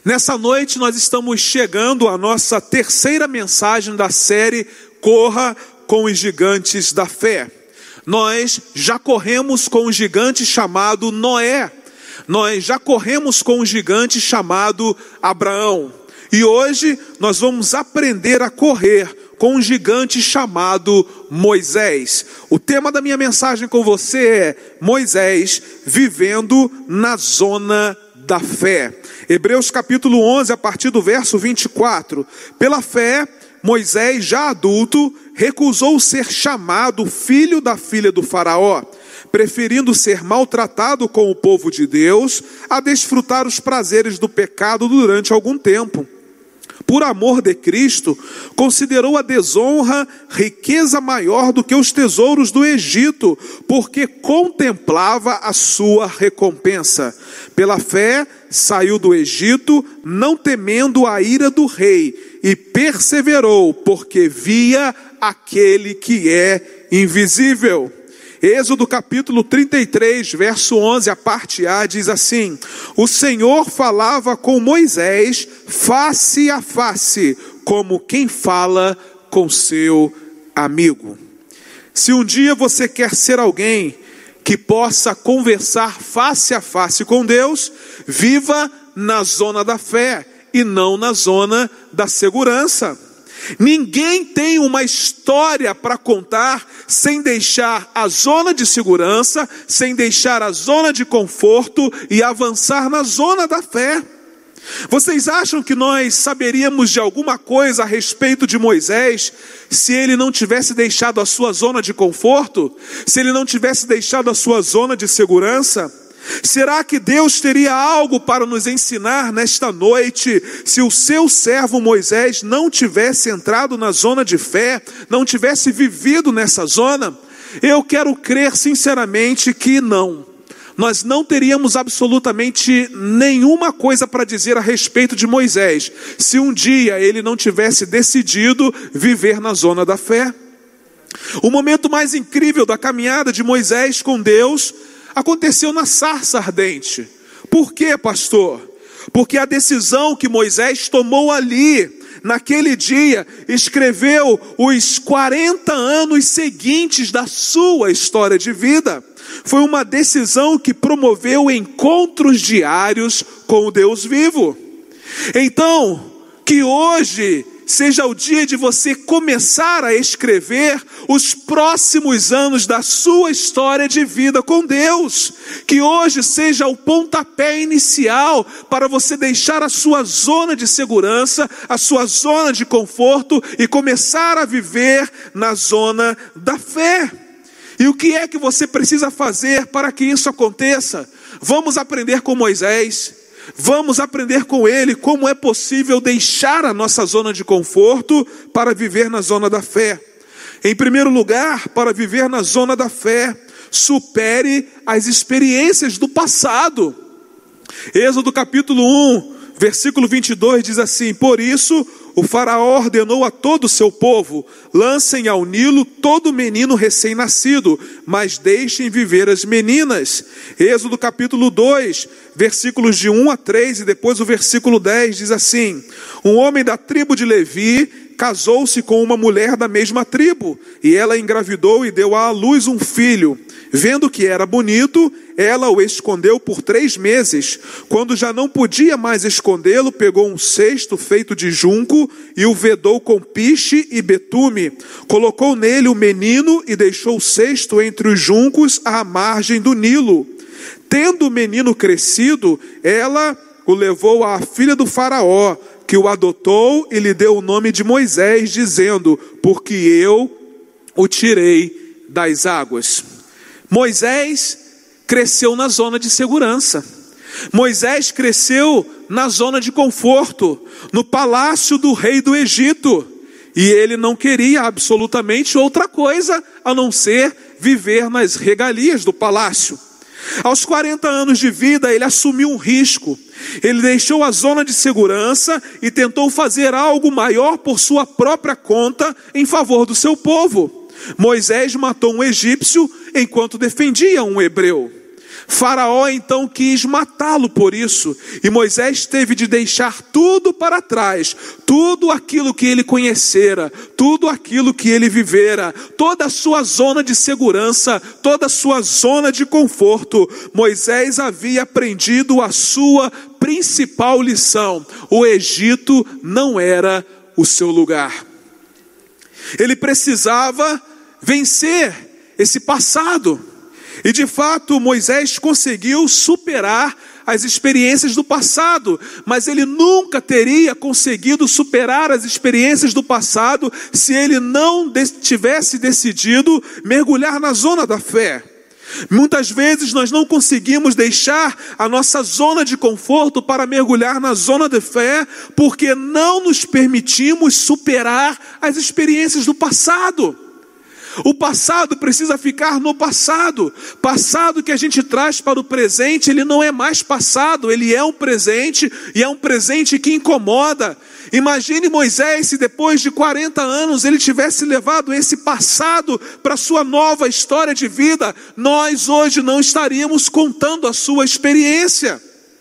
Nessa noite nós estamos chegando à nossa terceira mensagem da série Corra com os Gigantes da Fé. Nós já corremos com um gigante chamado Noé. Nós já corremos com um gigante chamado Abraão. E hoje nós vamos aprender a correr com um gigante chamado Moisés. O tema da minha mensagem com você é Moisés vivendo na zona da fé. Hebreus capítulo 11, a partir do verso 24. Pela fé, Moisés, já adulto, recusou ser chamado filho da filha do faraó, preferindo ser maltratado com o povo de Deus a desfrutar os prazeres do pecado durante algum tempo. Por amor de Cristo, considerou a desonra riqueza maior do que os tesouros do Egito, porque contemplava a sua recompensa. Pela fé, saiu do Egito, não temendo a ira do rei, e perseverou, porque via aquele que é invisível. Êxodo capítulo 33, verso 11, a parte A, diz assim: O Senhor falava com Moisés face a face, como quem fala com seu amigo. Se um dia você quer ser alguém que possa conversar face a face com Deus, viva na zona da fé e não na zona da segurança. Ninguém tem uma história para contar sem deixar a zona de segurança, sem deixar a zona de conforto e avançar na zona da fé. Vocês acham que nós saberíamos de alguma coisa a respeito de Moisés se ele não tivesse deixado a sua zona de conforto? Se ele não tivesse deixado a sua zona de segurança? Será que Deus teria algo para nos ensinar nesta noite se o seu servo Moisés não tivesse entrado na zona de fé, não tivesse vivido nessa zona? Eu quero crer sinceramente que não. Nós não teríamos absolutamente nenhuma coisa para dizer a respeito de Moisés se um dia ele não tivesse decidido viver na zona da fé. O momento mais incrível da caminhada de Moisés com Deus aconteceu na sarça ardente. Por quê, pastor? Porque a decisão que Moisés tomou ali, naquele dia, escreveu os 40 anos seguintes da sua história de vida. Foi uma decisão que promoveu encontros diários com o Deus vivo. Então, que hoje seja o dia de você começar a escrever os próximos anos da sua história de vida com Deus. Que hoje seja o pontapé inicial para você deixar a sua zona de segurança, a sua zona de conforto e começar a viver na zona da fé. E o que é que você precisa fazer para que isso aconteça? Vamos aprender com Moisés. Vamos aprender com ele como é possível deixar a nossa zona de conforto para viver na zona da fé. Em primeiro lugar, para viver na zona da fé, supere as experiências do passado. Êxodo capítulo 1, versículo 22 diz assim: Por isso o faraó ordenou a todo o seu povo: lancem ao Nilo todo menino recém-nascido, mas deixem viver as meninas. Êxodo capítulo 2, versículos de 1 a 3 e depois o versículo 10 diz assim: Um homem da tribo de Levi casou-se com uma mulher da mesma tribo, e ela engravidou e deu à luz um filho. Vendo que era bonito, ela o escondeu por 3 meses. Quando já não podia mais escondê-lo, pegou um cesto feito de junco e o vedou com piche e betume. Colocou nele o menino e deixou o cesto entre os juncos à margem do Nilo. Tendo o menino crescido, ela o levou à filha do faraó, que o adotou e lhe deu o nome de Moisés, dizendo: Porque eu o tirei das águas. Moisés cresceu na zona de segurança. Moisés cresceu na zona de conforto, no palácio do rei do Egito. E ele não queria absolutamente outra coisa a não ser viver nas regalias do palácio. Aos 40 anos de vida, ele assumiu um risco. Ele deixou a zona de segurança e tentou fazer algo maior por sua própria conta em favor do seu povo. Moisés matou um egípcio enquanto defendia um hebreu. Faraó então quis matá-lo por isso, e Moisés teve de deixar tudo para trás, tudo aquilo que ele conhecera, tudo aquilo que ele vivera, toda a sua zona de segurança, toda a sua zona de conforto. Moisés havia aprendido a sua principal lição: o Egito não era o seu lugar. Ele precisava vencer esse passado. E de fato Moisés conseguiu superar as experiências do passado, mas ele nunca teria conseguido superar as experiências do passado se ele não tivesse decidido mergulhar na zona da fé. Muitas vezes nós não conseguimos deixar a nossa zona de conforto para mergulhar na zona de fé, porque não nos permitimos superar as experiências do passado. O passado precisa ficar no passado. Passado que a gente traz para o presente, ele não é mais passado, ele é um presente, e é um presente que incomoda. Imagine Moisés se depois de 40 anos ele tivesse levado esse passado para a sua nova história de vida. Nós hoje não estaríamos contando a sua experiência.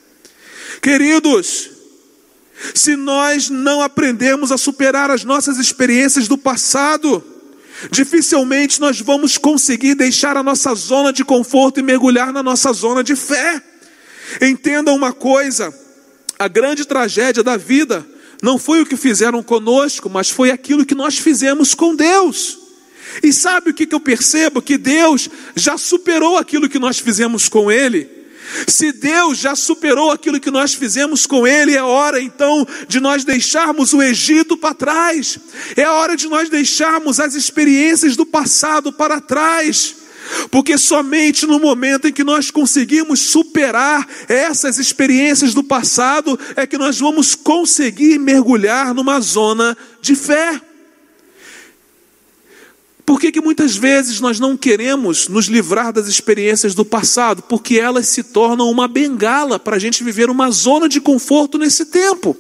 Queridos, se nós não aprendermos a superar as nossas experiências do passado, dificilmente nós vamos conseguir deixar a nossa zona de conforto e mergulhar na nossa zona de fé. Entendam uma coisa: a grande tragédia da vida não foi o que fizeram conosco, mas foi aquilo que nós fizemos com Deus. E sabe o que eu percebo? Que Deus já superou aquilo que nós fizemos com Ele. Se Deus já superou aquilo que nós fizemos com Ele, é hora então de nós deixarmos o Egito para trás. É hora de nós deixarmos as experiências do passado para trás. Porque somente no momento em que nós conseguimos superar essas experiências do passado, é que nós vamos conseguir mergulhar numa zona de fé. Por que muitas vezes nós não queremos nos livrar das experiências do passado? Porque elas se tornam uma bengala para a gente viver uma zona de conforto nesse tempo.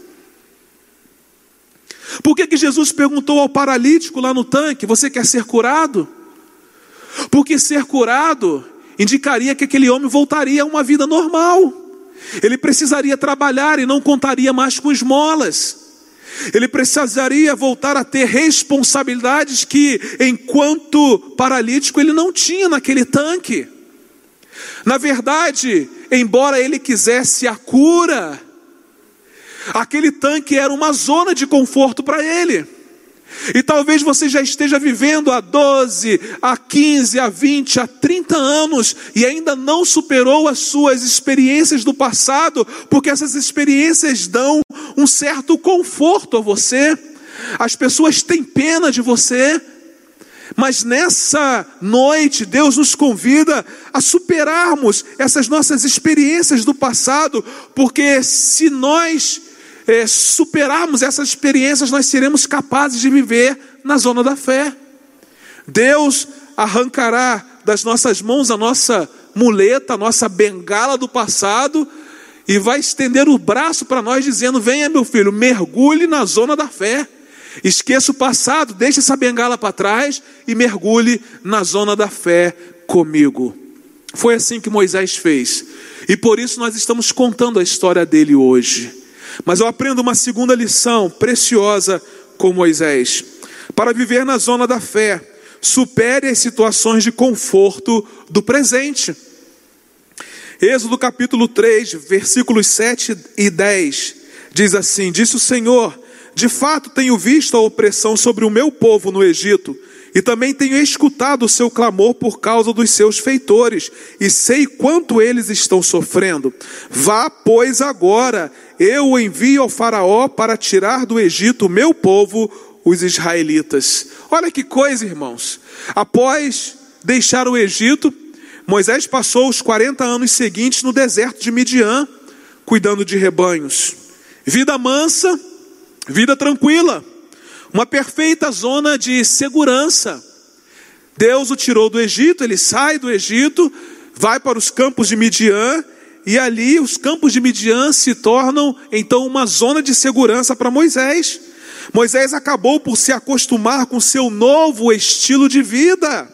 Por que Jesus perguntou ao paralítico lá no tanque: você quer ser curado? Porque ser curado indicaria que aquele homem voltaria a uma vida normal. Ele precisaria trabalhar e não contaria mais com esmolas. Ele precisaria voltar a ter responsabilidades que, enquanto paralítico, ele não tinha naquele tanque. Na verdade, embora ele quisesse a cura, aquele tanque era uma zona de conforto para ele. E talvez você já esteja vivendo há 12, há 15, há 20, há 30 anos e ainda não superou as suas experiências do passado, porque essas experiências dão um certo conforto a você. As pessoas têm pena de você. Mas nessa noite Deus nos convida a superarmos essas nossas experiências do passado, porque se nós superarmos essas experiências, nós seremos capazes de viver na zona da fé. Deus arrancará das nossas mãos a nossa muleta, a nossa bengala do passado, e vai estender o braço para nós dizendo: venha meu filho, mergulhe na zona da fé. Esqueça o passado, deixe essa bengala para trás e mergulhe na zona da fé comigo. Foi assim que Moisés fez, e por isso nós estamos contando a história dele hoje. Mas eu aprendo uma segunda lição preciosa com Moisés. Para viver na zona da fé, supere as situações de conforto do presente. Êxodo capítulo 3, versículos 7 e 10, diz assim: disse o Senhor: de fato tenho visto a opressão sobre o meu povo no Egito, e também tenho escutado o seu clamor por causa dos seus feitores, e sei quanto eles estão sofrendo. Vá, pois, agora, eu o envio ao faraó para tirar do Egito o meu povo, os israelitas. Olha que coisa, irmãos. Após deixar o Egito, Moisés passou os 40 anos seguintes no deserto de Midian, cuidando de rebanhos. Vida mansa, vida tranquila. Uma perfeita zona de segurança. Deus o tirou do Egito, ele sai do Egito, vai para os campos de Midian, e ali os campos de Midian se tornam então uma zona de segurança para Moisés. Moisés acabou por se acostumar com seu novo estilo de vida.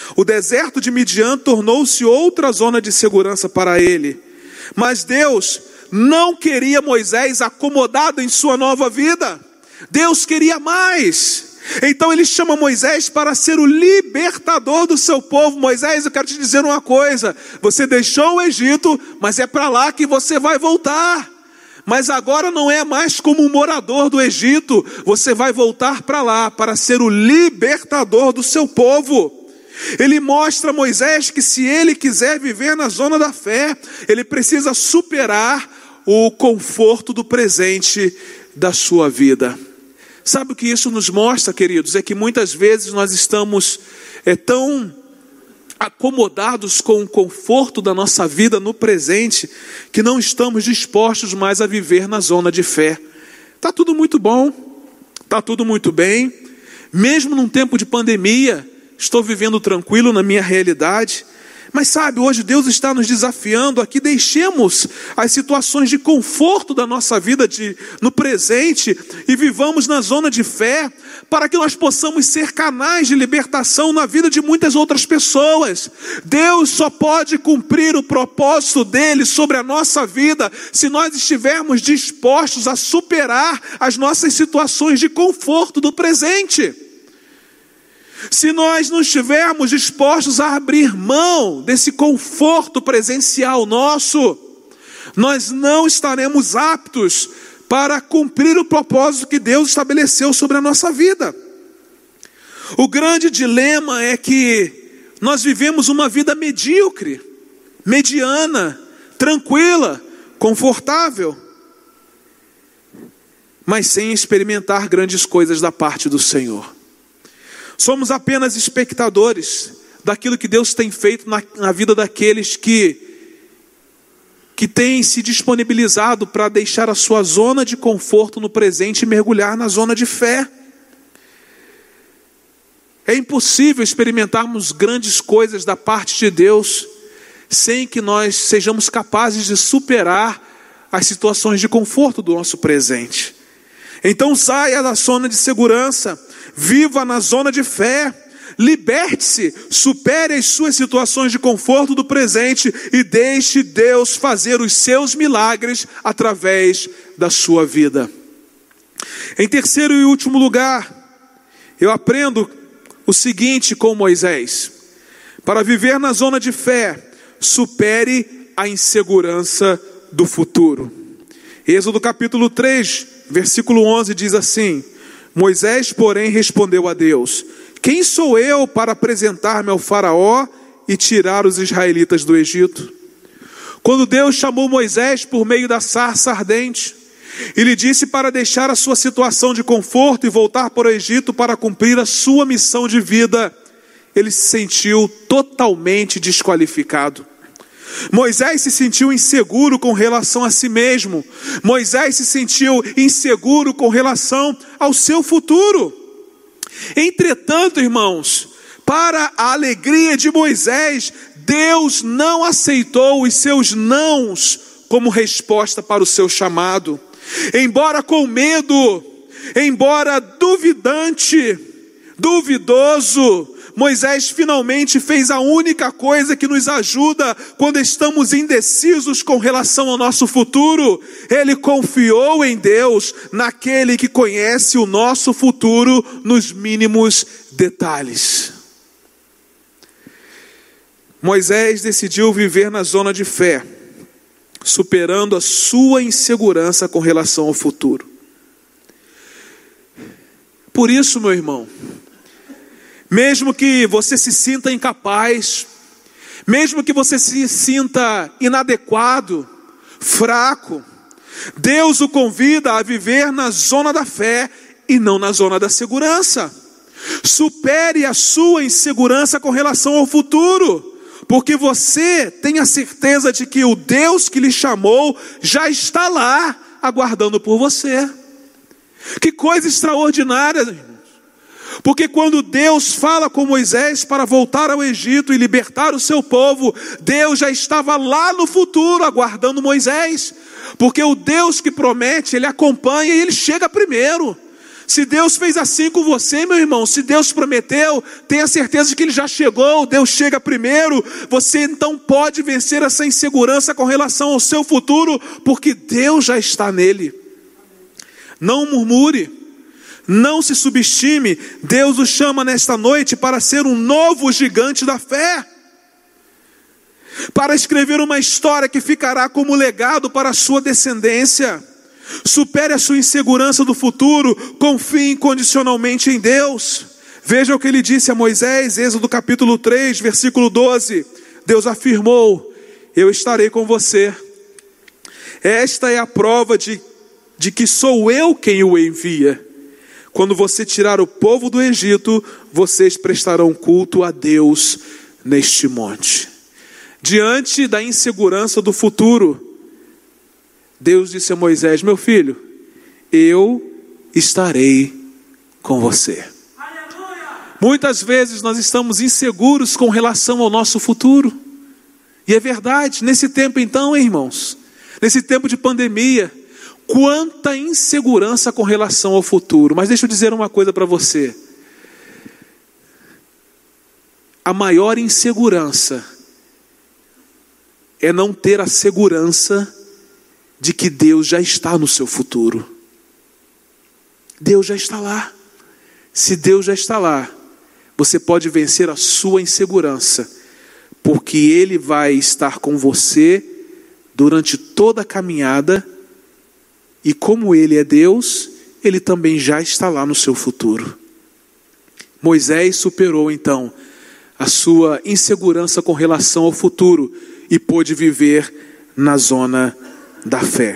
O deserto de Midian tornou-se outra zona de segurança para ele. Mas Deus não queria Moisés acomodado em sua nova vida. Deus queria mais. Então ele chama Moisés para ser o libertador do seu povo. Moisés, eu quero te dizer uma coisa: você deixou o Egito, mas é para lá que você vai voltar. Mas agora não é mais como um morador do Egito, você vai voltar para lá, para ser o libertador do seu povo. Ele mostra a Moisés que se ele quiser viver na zona da fé, ele precisa superar o conforto do presente da sua vida. Sabe o que isso nos mostra, queridos? É que muitas vezes nós estamos tão acomodados com o conforto da nossa vida no presente, que não estamos dispostos mais a viver na zona de fé. Está tudo muito bom, está tudo muito bem, mesmo num tempo de pandemia, estou vivendo tranquilo na minha realidade. Mas sabe, hoje Deus está nos desafiando a que deixemos as situações de conforto da nossa vida no presente e vivamos na zona de fé, para que nós possamos ser canais de libertação na vida de muitas outras pessoas. Deus só pode cumprir o propósito dele sobre a nossa vida se nós estivermos dispostos a superar as nossas situações de conforto do presente. Se nós não estivermos dispostos a abrir mão desse conforto presencial nosso, nós não estaremos aptos para cumprir o propósito que Deus estabeleceu sobre a nossa vida. O grande dilema é que nós vivemos uma vida medíocre, mediana, tranquila, confortável, mas sem experimentar grandes coisas da parte do Senhor. Somos apenas espectadores daquilo que Deus tem feito na vida daqueles que têm se disponibilizado para deixar a sua zona de conforto no presente e mergulhar na zona de fé. É impossível experimentarmos grandes coisas da parte de Deus sem que nós sejamos capazes de superar as situações de conforto do nosso presente. Então saia da zona de segurança, viva na zona de fé, liberte-se, supere as suas situações de conforto do presente e deixe Deus fazer os seus milagres através da sua vida. Em terceiro e último lugar, eu aprendo o seguinte com Moisés: para viver na zona de fé, supere a insegurança do futuro. Êxodo capítulo 3, versículo 11 diz assim: Moisés, porém, respondeu a Deus: quem sou eu para apresentar-me ao faraó e tirar os israelitas do Egito? Quando Deus chamou Moisés por meio da sarça ardente, e lhe disse para deixar a sua situação de conforto e voltar para o Egito para cumprir a sua missão de vida, ele se sentiu totalmente desqualificado. Moisés se sentiu inseguro com relação a si mesmo. Moisés se sentiu inseguro com relação ao seu futuro. Entretanto, irmãos, para a alegria de Moisés, Deus não aceitou os seus nãos como resposta para o seu chamado. Embora com medo, embora duvidoso, Moisés finalmente fez a única coisa que nos ajuda quando estamos indecisos com relação ao nosso futuro. Ele confiou em Deus, naquele que conhece o nosso futuro nos mínimos detalhes. Moisés decidiu viver na zona de fé, superando a sua insegurança com relação ao futuro. Por isso, meu irmão, mesmo que você se sinta incapaz, mesmo que você se sinta inadequado, fraco, Deus o convida a viver na zona da fé e não na zona da segurança. Supere a sua insegurança com relação ao futuro, porque você tem a certeza de que o Deus que lhe chamou já está lá, aguardando por você. Que coisa extraordinária, irmãos. Porque quando Deus fala com Moisés para voltar ao Egito e libertar o seu povo, Deus já estava lá no futuro aguardando Moisés. Porque o Deus que promete, Ele acompanha e Ele chega primeiro. Se Deus fez assim com você, meu irmão, se Deus prometeu, tenha certeza de que Ele já chegou, Deus chega primeiro. Você então pode vencer essa insegurança com relação ao seu futuro, porque Deus já está nele. Não murmure, não se subestime. Deus o chama nesta noite para ser um novo gigante da fé, para escrever uma história que ficará como legado para a sua descendência. Supere a sua insegurança do futuro, confie incondicionalmente em Deus. Veja o que Ele disse a Moisés, Êxodo capítulo 3, versículo 12. Deus afirmou: eu estarei com você. Esta é a prova de que sou eu quem o envia. Quando você tirar o povo do Egito, vocês prestarão culto a Deus neste monte. Diante da insegurança do futuro, Deus disse a Moisés: meu filho, eu estarei com você. Aleluia! Muitas vezes nós estamos inseguros com relação ao nosso futuro. E é verdade, nesse tempo então, irmãos, nesse tempo de pandemia, quanta insegurança com relação ao futuro. Mas deixa eu dizer uma coisa para você. A maior insegurança é não ter a segurança de que Deus já está no seu futuro. Deus já está lá. Se Deus já está lá, você pode vencer a sua insegurança, porque Ele vai estar com você durante toda a caminhada, e como Ele é Deus, Ele também já está lá no seu futuro. Moisés superou então a sua insegurança com relação ao futuro e pôde viver na zona da fé.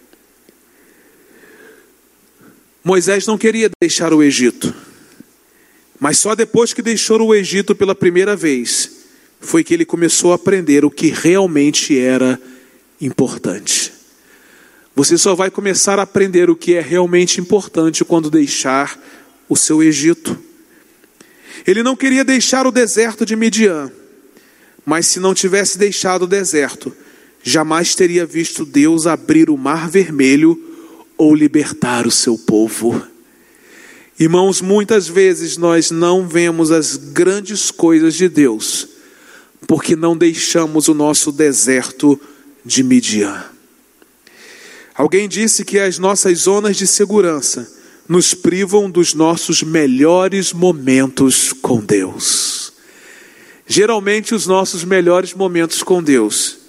Moisés não queria deixar o Egito, mas só depois que deixou o Egito pela primeira vez, foi que ele começou a aprender o que realmente era importante. Você só vai começar a aprender o que é realmente importante quando deixar o seu Egito. Ele não queria deixar o deserto de Midian, mas se não tivesse deixado o deserto, jamais teria visto Deus abrir o mar vermelho ou libertar o seu povo. Irmãos, muitas vezes nós não vemos as grandes coisas de Deus, porque não deixamos o nosso deserto de Midian. Alguém disse que as nossas zonas de segurança nos privam dos nossos melhores momentos com Deus. Geralmente os nossos melhores momentos com Deus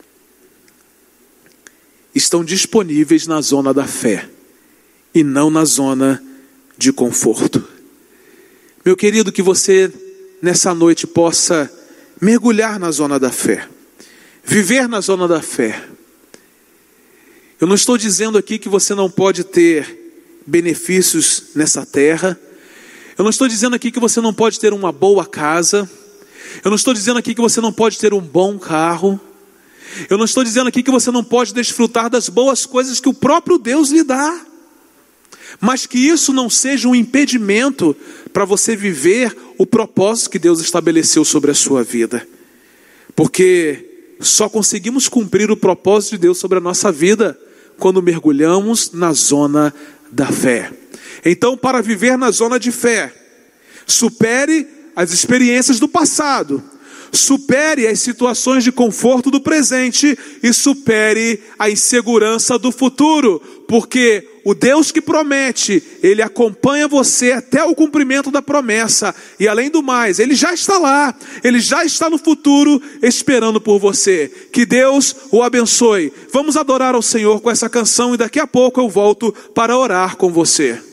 estão disponíveis na zona da fé e não na zona de conforto. Meu querido, que você nessa noite possa mergulhar na zona da fé, viver na zona da fé. Eu não estou dizendo aqui que você não pode ter benefícios nessa terra. Eu não estou dizendo aqui que você não pode ter uma boa casa. Eu não estou dizendo aqui que você não pode ter um bom carro. Eu não estou dizendo aqui que você não pode desfrutar das boas coisas que o próprio Deus lhe dá. Mas que isso não seja um impedimento para você viver o propósito que Deus estabeleceu sobre a sua vida. Porque só conseguimos cumprir o propósito de Deus sobre a nossa vida quando mergulhamos na zona da fé. Então, para viver na zona de fé, supere as experiências do passado, supere as situações de conforto do presente e supere a insegurança do futuro, porque o Deus que promete, Ele acompanha você até o cumprimento da promessa, e além do mais, Ele já está lá, Ele já está no futuro esperando por você. Que Deus o abençoe. Vamos adorar ao Senhor com essa canção e daqui a pouco eu volto para orar com você.